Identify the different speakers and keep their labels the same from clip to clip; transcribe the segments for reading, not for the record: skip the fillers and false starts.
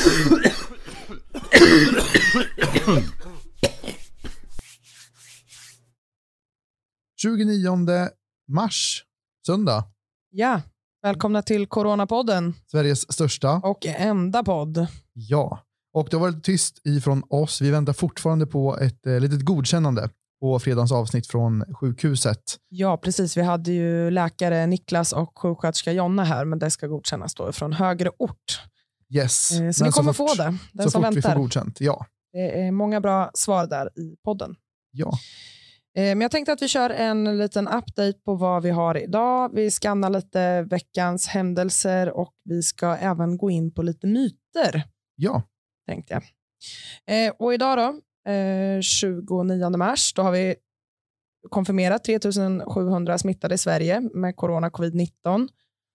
Speaker 1: –29 mars, söndag.
Speaker 2: Ja, välkomna till Coronapodden.
Speaker 1: Sveriges största.
Speaker 2: Och enda podd.
Speaker 1: Ja, och det har varit tyst ifrån oss. Vi väntar fortfarande på ett litet godkännande på fredagens avsnitt från sjukhuset.
Speaker 2: Ja, precis. Vi hade ju läkare Niklas och sjuksköterska Jonna här, men det ska godkännas då från högre ort.
Speaker 1: Yes.
Speaker 2: Så ni kommer få det, den som väntar.
Speaker 1: Vi får godkänt, ja.
Speaker 2: Det är många bra svar där i podden.
Speaker 1: Ja.
Speaker 2: Men jag tänkte att vi kör en liten update på vad vi har idag. Vi skannar lite veckans händelser och vi ska även gå in på lite myter.
Speaker 1: Ja.
Speaker 2: Tänkte jag. Och idag då, 29 mars, då har vi konfirmerat 3700 smittade i Sverige med corona covid-19.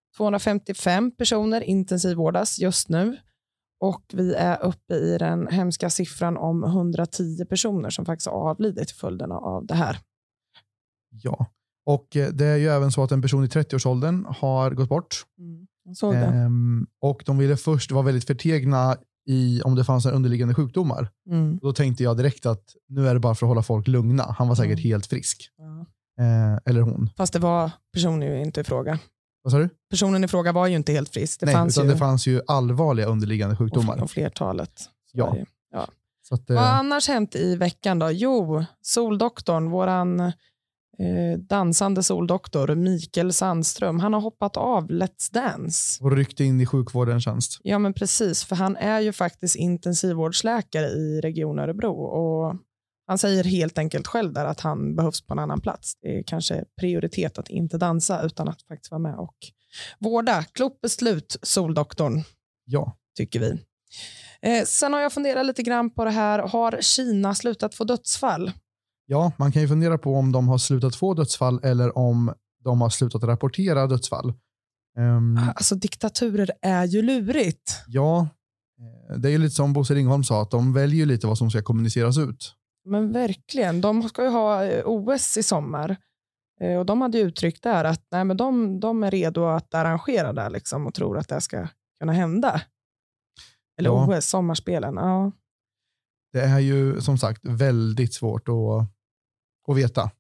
Speaker 2: 255 personer intensivvårdas just nu. Och vi är uppe i den hemska siffran om 110 personer som faktiskt har avlidit till följderna av det här.
Speaker 1: Ja, och det är ju även så att en person i 30-årsåldern har gått bort.
Speaker 2: Jag såg det.
Speaker 1: Och de ville först vara väldigt förtegna i om det fanns en underliggande sjukdomar. Då tänkte jag direkt att nu är det bara för att hålla folk lugna. Han var säkert helt frisk.
Speaker 2: Ja.
Speaker 1: Eller hon.
Speaker 2: Fast det var personen ju inte i fråga.
Speaker 1: Vad sa du?
Speaker 2: Personen i fråga var ju inte helt frisk.
Speaker 1: Det fanns ju allvarliga underliggande sjukdomar.
Speaker 2: Och flertalet.
Speaker 1: Ja. Så att,
Speaker 2: vad har annars hänt i veckan då? Jo, Soldoktorn, våran dansande soldoktor Mikael Sandström, han har hoppat av Let's Dance.
Speaker 1: Och ryckte in i sjukvårdens tjänst.
Speaker 2: Ja, men precis, för han är ju faktiskt intensivvårdsläkare i Region Örebro och han säger helt enkelt själv där att han behövs på en annan plats. Det är kanske prioritet att inte dansa utan att faktiskt vara med och vårda. Klokt beslut, soldoktorn.
Speaker 1: Ja.
Speaker 2: Tycker vi. Sen har jag funderat lite grann på det här. Har Kina slutat få dödsfall?
Speaker 1: Ja, man kan ju fundera på om de har slutat få dödsfall eller om de har slutat rapportera dödsfall.
Speaker 2: Alltså diktaturer är ju lurigt.
Speaker 1: Ja, det är ju lite som Bosse Ringholm sa, att de väljer lite vad som ska kommuniceras ut.
Speaker 2: Men verkligen, de ska ju ha OS i sommar. Och de hade ju uttryckt där att nej, men de är redo att arrangera det liksom, och tror att det ska kunna hända. Eller
Speaker 1: ja.
Speaker 2: OS, sommarspelen. Ja.
Speaker 1: Det är ju som sagt väldigt svårt att veta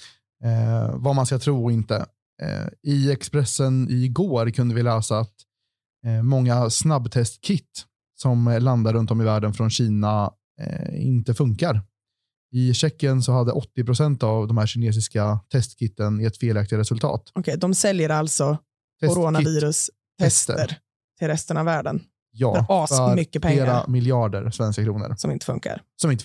Speaker 1: vad man ska tro och inte. I Expressen igår kunde vi läsa att många snabbtestkit som landar runt om i världen från Kina inte funkar. I Tjeckien så hade 80% av de här kinesiska testkitten gett felaktiga resultat.
Speaker 2: Okej, de säljer alltså coronavirus-tester till resten av världen.
Speaker 1: Ja,
Speaker 2: för mycket pengar.
Speaker 1: Flera miljarder svenska kronor.
Speaker 2: Som inte funkar.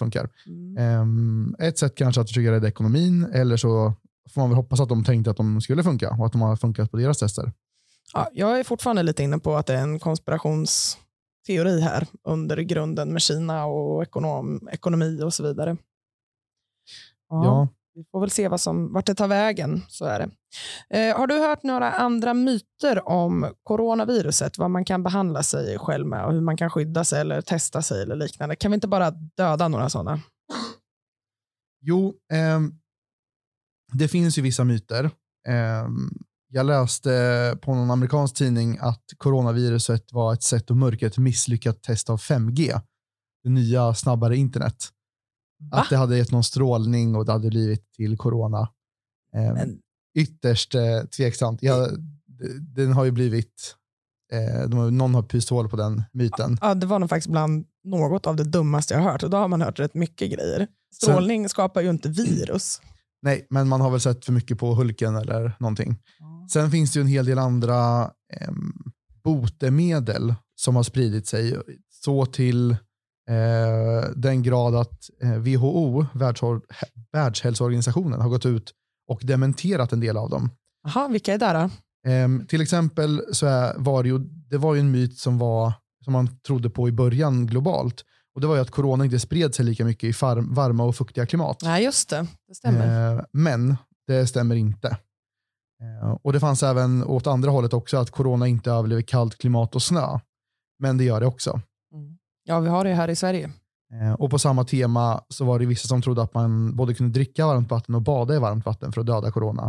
Speaker 1: Ett sätt kanske att försöka rädda ekonomin, eller så får man väl hoppas att de tänkte att de skulle funka och att de har funkat på deras tester.
Speaker 2: Ja, jag är fortfarande lite inne på att det är en konspirationsteori här under grunden med Kina och ekonomi och så vidare. Ja. Vi får väl se vart det tar vägen, så är det. Har du hört några andra myter om coronaviruset? Vad man kan behandla sig själv med och hur man kan skydda sig eller testa sig eller liknande? Kan vi inte bara döda några sådana?
Speaker 1: Jo, det finns ju vissa myter. Jag läste på någon amerikansk tidning att coronaviruset var ett sätt att mörka ett misslyckat test av 5G. Det nya snabbare internet. Va? Att det hade gett någon strålning och det hade blivit till corona. Ytterst tveksamt. Den har ju blivit... någon har pyst hål på den myten.
Speaker 2: Ja, det var nog faktiskt bland något av det dummaste jag har hört. Och då har man hört rätt mycket grejer. Strålning skapar ju inte virus.
Speaker 1: Nej, men man har väl sett för mycket på Hulken eller någonting. Sen finns det ju en hel del andra botemedel som har spridit sig. Så till den grad att WHO, Världshälsoorganisationen, har gått ut och dementerat en del av dem.
Speaker 2: Jaha, vilka är det då?
Speaker 1: Till exempel så det var ju en myt som man trodde på i början globalt. Och det var ju att corona inte spred sig lika mycket i varma och fuktiga klimat.
Speaker 2: Nej, just det. Det stämmer.
Speaker 1: Men det stämmer inte. Och det fanns även åt andra hållet också att corona inte överlever kallt klimat och snö. Men det gör det också.
Speaker 2: Ja, vi har det här i Sverige.
Speaker 1: Och på samma tema så var det vissa som trodde att man både kunde dricka varmt vatten och bada i varmt vatten för att döda corona.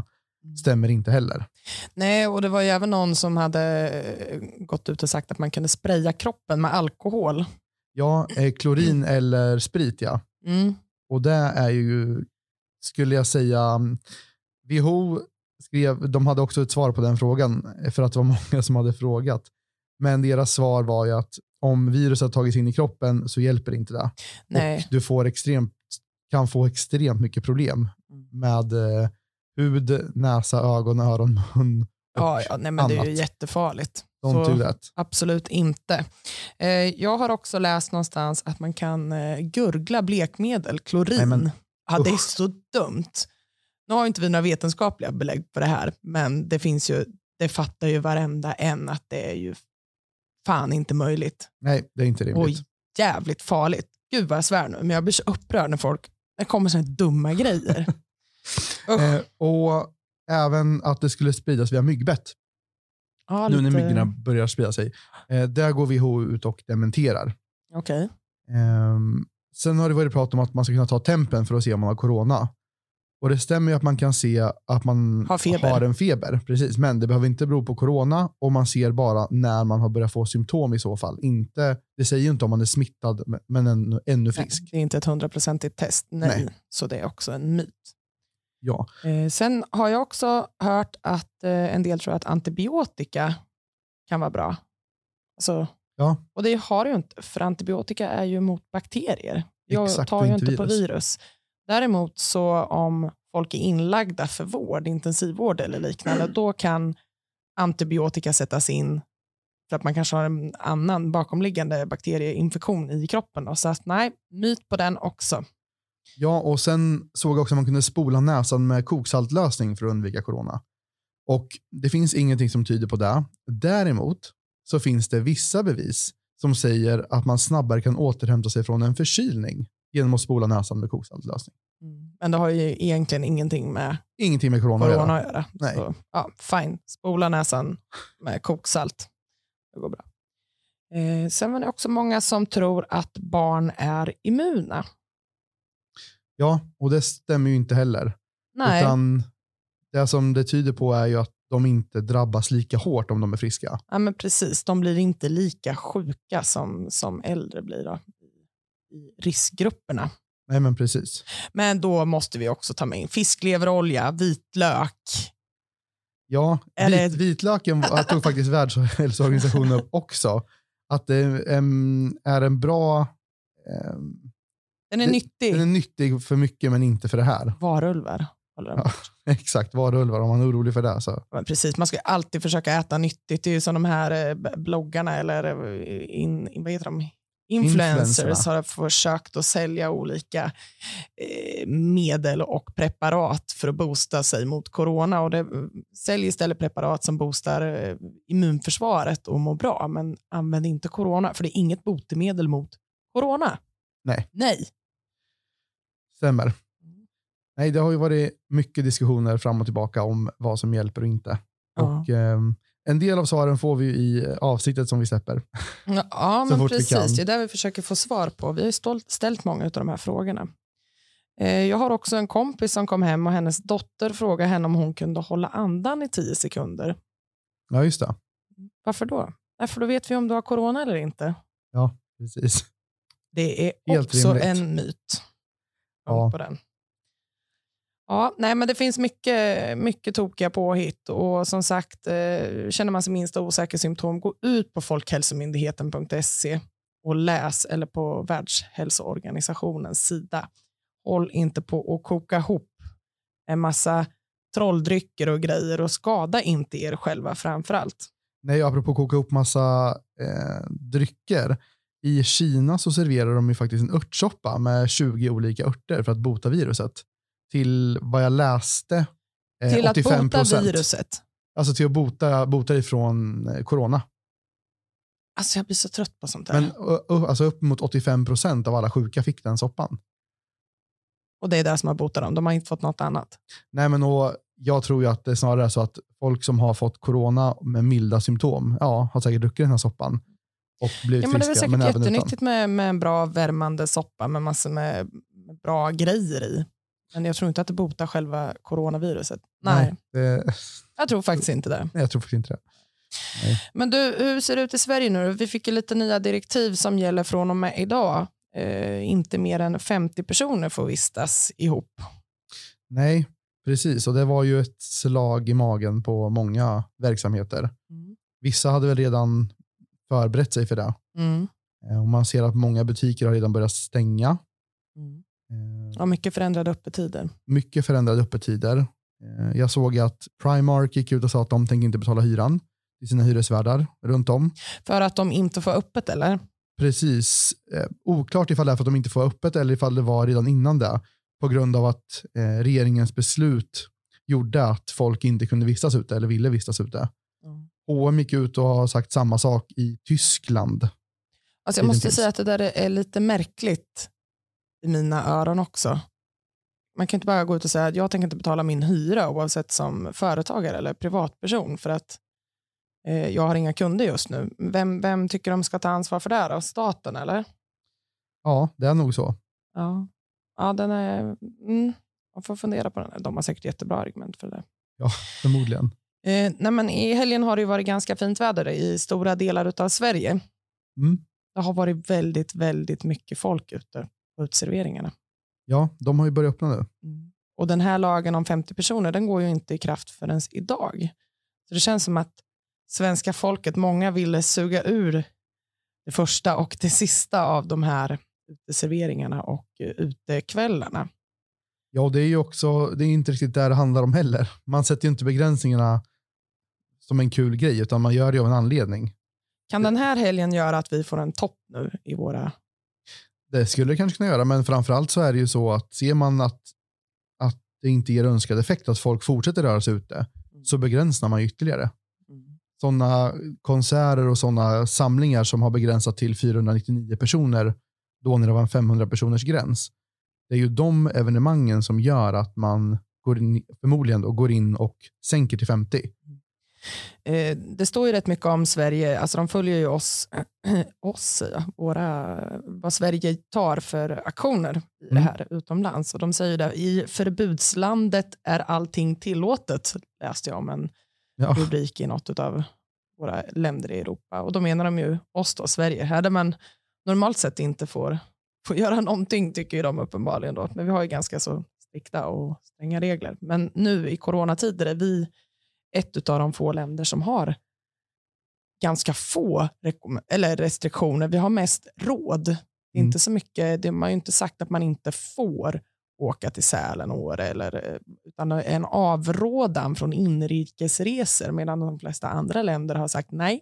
Speaker 1: stämmer inte heller.
Speaker 2: Nej, och det var ju även någon som hade gått ut och sagt att man kunde spraya kroppen med alkohol.
Speaker 1: Ja, klorin eller sprit, ja. Och det är ju, skulle jag säga, WHO skrev, de hade också ett svar på den frågan för att det var många som hade frågat. Men deras svar var ju att om viruset har tagits in i kroppen så hjälper inte det.
Speaker 2: Nej.
Speaker 1: Och du kan få extremt mycket problem med hud, näsa, ögon, öron, mun.
Speaker 2: Ja, nej, men det är ju jättefarligt.
Speaker 1: Don't do that.
Speaker 2: Absolut inte. Jag har också läst någonstans att man kan gurgla blekmedel, klorin.
Speaker 1: Nej,
Speaker 2: det är så dumt. Nu har inte vi några vetenskapliga belägg på det här, men det fattar ju varenda en att det är ju fan inte möjligt.
Speaker 1: Nej, det är inte rimligt.
Speaker 2: Och jävligt farligt. Gud vad jag svär nu, men jag blir så upprörd när det kommer såna dumma grejer.
Speaker 1: Och även att det skulle spridas via myggbett.
Speaker 2: Ja,
Speaker 1: nu när myggorna börjar sprida sig. Där går WHO ut och dementerar.
Speaker 2: Okej.
Speaker 1: Sen har det varit prat om att man ska kunna ta tempen för att se om man har corona. Och det stämmer ju att man kan se att man har en feber. Precis, men det behöver inte bero på corona och man ser bara när man har börjat få symptom i så fall. Det säger ju inte om man är smittad men ännu frisk.
Speaker 2: Nej, det är inte ett 100% test. Nej. Så det är också en myt.
Speaker 1: Ja.
Speaker 2: Sen har jag också hört att en del tror att antibiotika kan vara bra. Alltså,
Speaker 1: ja.
Speaker 2: Och det har ju inte, för antibiotika är ju mot bakterier. Jag
Speaker 1: Exakt,
Speaker 2: tar ju inte på virus. Däremot så om folk är inlagda för vård, intensivvård eller liknande, då kan antibiotika sättas in för att man kanske har en annan bakomliggande bakterieinfektion i kroppen. Då. Så att, nej, myt på den också.
Speaker 1: Ja, och sen såg jag också att man kunde spola näsan med koksaltlösning för att undvika corona. Och det finns ingenting som tyder på det. Däremot så finns det vissa bevis som säger att man snabbare kan återhämta sig från en förkylning genom att spola näsan med koksaltlösning.
Speaker 2: Men det har ju egentligen ingenting med
Speaker 1: corona
Speaker 2: att göra.
Speaker 1: Nej.
Speaker 2: Så, ja, fine. Spola näsan med koksalt. Det går bra. Sen var det också många som tror att barn är immuna.
Speaker 1: Ja, och det stämmer ju inte heller.
Speaker 2: Nej.
Speaker 1: Utan det som det tyder på är ju att de inte drabbas lika hårt om de är friska.
Speaker 2: Ja, men precis. De blir inte lika sjuka som äldre blir då, i riskgrupperna.
Speaker 1: Nej, men precis.
Speaker 2: Men då måste vi också ta med in fiskleverolja, vitlök.
Speaker 1: Ja, vitlöken tog faktiskt Världshälsoorganisationen upp också. Att det är en bra...
Speaker 2: Den är nyttig.
Speaker 1: Den är nyttig för mycket men inte för det här.
Speaker 2: Varulvar.
Speaker 1: Ja, exakt, varulvar om man är orolig för det. Så.
Speaker 2: Ja, precis, man ska alltid försöka äta nyttigt. Det är ju som de här bloggarna eller vad heter de? Influencers har försökt att sälja olika medel och preparat för att boosta sig mot corona. Och det säljer istället preparat som boostar immunförsvaret och mår bra. Men använd inte corona, för det är inget botemedel mot corona. Nej.
Speaker 1: Stämmer. Nej, det har ju varit mycket diskussioner fram och tillbaka om vad som hjälper och inte. Ja. Och en del av svaren får vi i avsnittet som vi släpper.
Speaker 2: Ja, men precis. Det är där vi försöker få svar på. Vi har ställt många av de här frågorna. Jag har också en kompis som kom hem och hennes dotter frågade henne om hon kunde hålla andan i 10 sekunder.
Speaker 1: Ja, just det.
Speaker 2: Varför då? Därför då vet vi om du har corona eller inte.
Speaker 1: Ja, precis.
Speaker 2: Det är helt också rimligt. En myt. Ja. På den. Ja, nej, men det finns mycket tokiga påhitt och som sagt, känner man sig minsta osäker symptom, gå ut på folkhälsomyndigheten.se och läs, eller på Världshälsoorganisationens sida. Håll inte på att koka ihop en massa trolldrycker och grejer och skada inte er själva framförallt.
Speaker 1: Nej, apropå koka ihop massa drycker. I Kina så serverar de ju faktiskt en örtsoppa med 20 olika örter för att bota viruset. Till vad jag läste,
Speaker 2: till
Speaker 1: 85%.
Speaker 2: Att bota viruset?
Speaker 1: Alltså till att bota ifrån corona.
Speaker 2: Alltså jag blir så trött på sånt där.
Speaker 1: Men alltså upp mot 85% av alla sjuka fick den soppan.
Speaker 2: Och det är det som har botat dem? De har inte fått något annat?
Speaker 1: Nej, men jag tror ju att det är snarare så att folk som har fått corona med milda symptom, har säkert druckit den här soppan. Och blivit friska.
Speaker 2: Det är säkert jättenyttigt med en bra värmande soppa med massor med bra grejer i. Men jag tror inte att det botar själva coronaviruset. Nej. Jag tror faktiskt inte det.
Speaker 1: Nej, jag tror faktiskt inte det. Nej.
Speaker 2: Men du, hur ser det ut i Sverige nu? Vi fick ju lite nya direktiv som gäller från och med idag. Inte mer än 50 personer får vistas ihop.
Speaker 1: Nej, precis. Och det var ju ett slag i magen på många verksamheter. Vissa hade väl redan förberett sig för det. Och man ser att många butiker har redan börjat stänga.
Speaker 2: Ja, mycket förändrade öppettider.
Speaker 1: Mycket förändrade öppettider. Jag såg att Primark gick ut och sa att de tänker inte betala hyran till sina hyresvärdar runt om.
Speaker 2: För att de inte får öppet, eller?
Speaker 1: Precis. Oklart ifall det är för att de inte får öppet eller ifall det var redan innan det. På grund av att regeringens beslut gjorde att folk inte kunde vistas ute eller ville vistas ute. H&M gick ut och har sagt samma sak i Tyskland.
Speaker 2: Alltså jag måste säga att det där är lite märkligt i mina öron också. Man kan inte bara gå ut och säga att jag tänker inte betala min hyra oavsett som företagare eller privatperson för att jag har inga kunder just nu. Vem tycker de ska ta ansvar för det då? Staten eller?
Speaker 1: Ja, det är nog så.
Speaker 2: Ja, den är... man får fundera på den. De har säkert jättebra argument för det.
Speaker 1: Ja, förmodligen.
Speaker 2: Nej, men i helgen har det ju varit ganska fint väder i stora delar av Sverige. Det har varit väldigt, väldigt mycket folk ute på uteserveringarna.
Speaker 1: Ja, de har ju börjat öppna nu.
Speaker 2: Och den här lagen om 50 personer, den går ju inte i kraft förrän idag. Så det känns som att svenska folket, många ville suga ur det första och det sista av de här uteserveringarna och utekvällarna.
Speaker 1: Ja, det är ju också, det är inte riktigt där det handlar om heller. Man sätter ju inte begränsningarna som en kul grej, utan man gör det av en anledning.
Speaker 2: Kan den här helgen göra att vi får en topp nu i våra...
Speaker 1: Det skulle det kanske kunna göra, men framförallt så är det ju så att ser man att det inte ger önskad effekt att folk fortsätter röra sig ute, så begränsar man ytterligare. Sådana konserter och sådana samlingar som har begränsat till 499 personer då när det var en 500 personers gräns. Det är ju de evenemangen som gör att man går in och sänker till 50.
Speaker 2: Det står ju rätt mycket om Sverige, alltså de följer ju vad Sverige tar för aktioner i det här utomlands. Och de säger där, i förbudslandet är allting tillåtet, läste jag om en rubrik i något av våra länder i Europa. Och då menar de ju oss då, Sverige, här där man normalt sett inte får göra någonting, tycker ju de uppenbarligen då. Men vi har ju ganska så strikta och stränga regler. Men nu i coronatider är vi ett av de få länder som har ganska få restriktioner. Vi har mest råd. Det är inte så mycket, man har ju inte sagt att man inte får åka till Sälen utan en avrådan från inrikesresor, medan de flesta andra länder har sagt nej.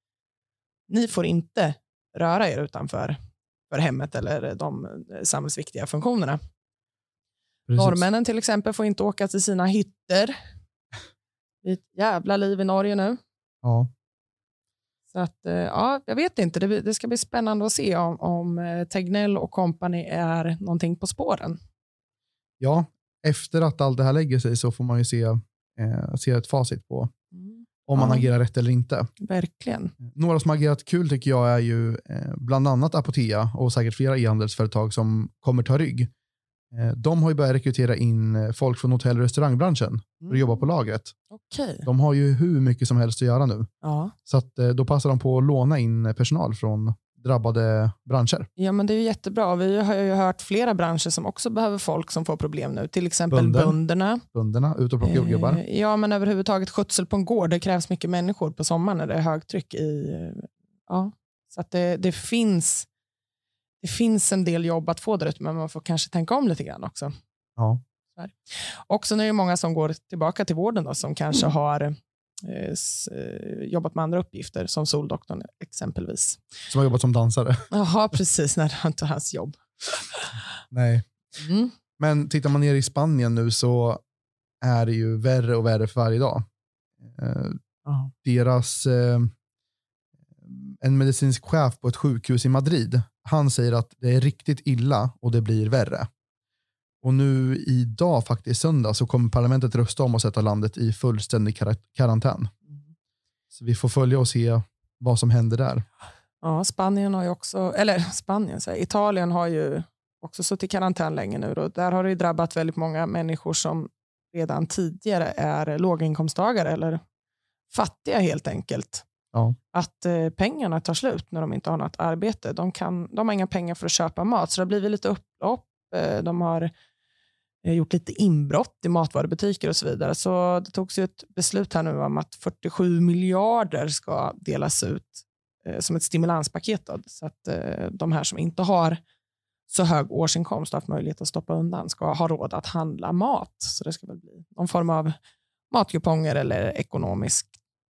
Speaker 2: Ni får inte röra er utanför hemmet eller de samhällsviktiga funktionerna. Precis. Norrmännen till exempel får inte åka till sina hytter. Det är ett jävla liv i Norge nu.
Speaker 1: Ja.
Speaker 2: Så att, jag vet inte. Det ska bli spännande att se om Tegnell och company är någonting på spåren.
Speaker 1: Ja, efter att allt det här lägger sig så får man ju se ett facit på om man agerar rätt eller inte.
Speaker 2: Verkligen.
Speaker 1: Några som har agerat kul tycker jag är ju bland annat Apotea och säkert flera e-handelsföretag som kommer ta rygg. De har ju börjat rekrytera in folk från hotell- och restaurangbranschen för att jobba på lagret.
Speaker 2: Okay.
Speaker 1: De har ju hur mycket som helst att göra nu.
Speaker 2: Ja.
Speaker 1: Så att då passar de på att låna in personal från drabbade branscher.
Speaker 2: Ja, men det är ju jättebra. Vi har ju hört flera branscher som också behöver folk som får problem nu. Till exempel bönderna.
Speaker 1: Bönderna, ut och plocka jordgubbar.
Speaker 2: Ja, men överhuvudtaget skötsel på en gård. Det krävs mycket människor på sommaren när det är högtryck i... Ja, så att det finns en del jobb att få där ute, men man får kanske tänka om lite grann också.
Speaker 1: Ja.
Speaker 2: Också när det är många som går tillbaka till vården då, som kanske har jobbat med andra uppgifter, som Soldoktorn exempelvis.
Speaker 1: Som har jobbat som dansare.
Speaker 2: Jaha, precis, när det var inte hans jobb.
Speaker 1: Nej. Men tittar man ner i Spanien nu så är det ju värre och värre för varje dag. En medicinsk chef på ett sjukhus i Madrid, han säger att det är riktigt illa och det blir värre. Och nu idag, faktiskt söndag, så kommer parlamentet rösta om att sätta landet i fullständig karantän. Så vi får följa och se vad som händer där.
Speaker 2: Ja, Italien har ju också suttit i karantän länge nu. Och där har det ju drabbat väldigt många människor som redan tidigare är låginkomsttagare eller fattiga helt enkelt.
Speaker 1: Ja.
Speaker 2: Att pengarna tar slut när de inte har något arbete. De har inga pengar för att köpa mat, så det har blivit lite upplopp. De har gjort lite inbrott i matvarubutiker och så vidare. Så det togs ju ett beslut här nu om att 47 miljarder ska delas ut som ett stimulanspaket. Då, så att de här som inte har så hög årsinkomst och haft möjlighet att stoppa undan ska ha råd att handla mat. Så det ska väl bli någon form av matkuponger eller ekonomisk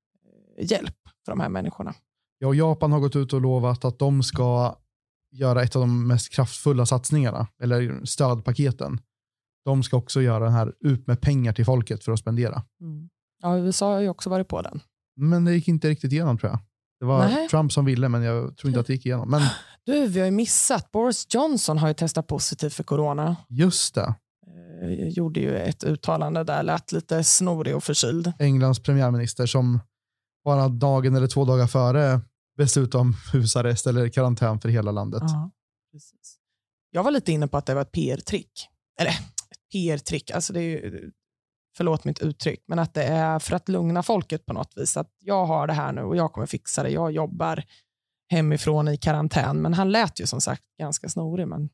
Speaker 2: hjälp för de här människorna.
Speaker 1: Ja, och Japan har gått ut och lovat att de ska göra ett av de mest kraftfulla satsningarna, eller stödpaketen. De ska också göra den här ut med pengar till folket för att spendera.
Speaker 2: Mm. Ja, USA har ju också varit på den.
Speaker 1: Men det gick inte riktigt igenom, tror jag. Det var Trump som ville, men jag tror inte att det gick igenom. Men
Speaker 2: du, vi har ju missat. Boris Johnson har ju testat positivt för corona.
Speaker 1: Just det.
Speaker 2: Gjorde ju ett uttalande där, lät lite snorig och förkyld.
Speaker 1: Englands premiärminister som bara dagen eller 2 dagar före beslutade om husarrest eller karantän för hela landet.
Speaker 2: Ja, precis. Jag var lite inne på att det var ett PR-trick. Eller ett PR-trick, alltså det är ju, förlåt mitt uttryck, men att det är för att lugna folket på något vis. Att jag har det här nu och jag kommer fixa det. Jag jobbar hemifrån i karantän. Men han lät ju som sagt ganska snorig. Men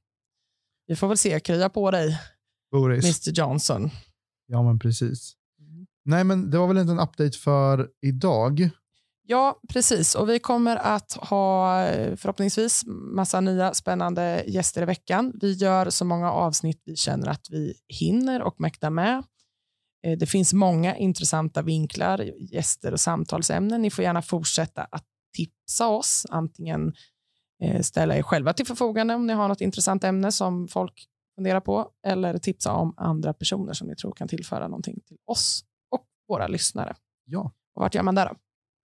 Speaker 2: vi får väl se, krya på dig,
Speaker 1: Boris.
Speaker 2: Mr. Johnson.
Speaker 1: Ja, men precis. Nej, men det var väl inte en update för idag.
Speaker 2: Ja, precis. Och vi kommer att ha förhoppningsvis massa nya spännande gäster i veckan. Vi gör så många avsnitt vi känner att vi hinner och mäktar med. Det finns många intressanta vinklar, gäster och samtalsämnen. Ni får gärna fortsätta att tipsa oss. Antingen ställa er själva till förfogande om ni har något intressant ämne som folk funderar på. Eller tipsa om andra personer som ni tror kan tillföra någonting till oss och våra lyssnare.
Speaker 1: Ja.
Speaker 2: Och vart gör man det då?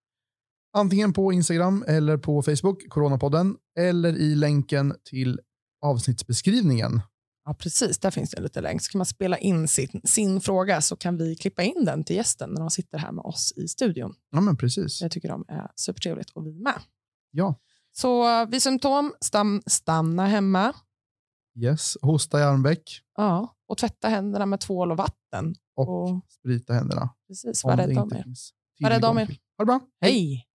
Speaker 1: Antingen på Instagram eller på Facebook, Coronapodden, eller i länken till avsnittsbeskrivningen.
Speaker 2: Ja, precis. Där finns det lite länk. Så kan man spela in sin fråga, så kan vi klippa in den till gästen när de sitter här med oss i studion.
Speaker 1: Ja, men precis.
Speaker 2: Jag tycker de är supertrevligt och vi med.
Speaker 1: Ja.
Speaker 2: Så vid symptom, stanna hemma.
Speaker 1: Yes, hosta i armveck.
Speaker 2: Ja, och tvätta händerna med tvål och vatten.
Speaker 1: Och sprita händerna.
Speaker 2: Precis, var rädd om er.
Speaker 1: Ha det bra.
Speaker 2: Hej!